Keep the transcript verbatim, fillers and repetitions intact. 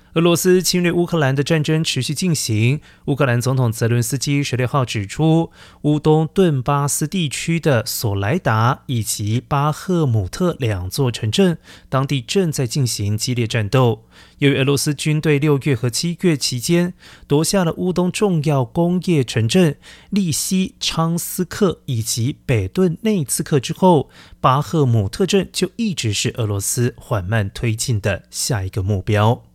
俄罗斯侵略乌克兰的战争持续进行。乌克兰总统泽伦斯基十六号指出，乌东顿巴斯地区的索莱达以及巴赫姆特两座城镇，当地正在进行激烈战斗。由于俄罗斯军队六月和七月期间夺下了乌东重要工业城镇利西昌斯克以及北顿内茨克之后，巴赫姆特镇就一直是俄罗斯缓慢推进的下一个目标。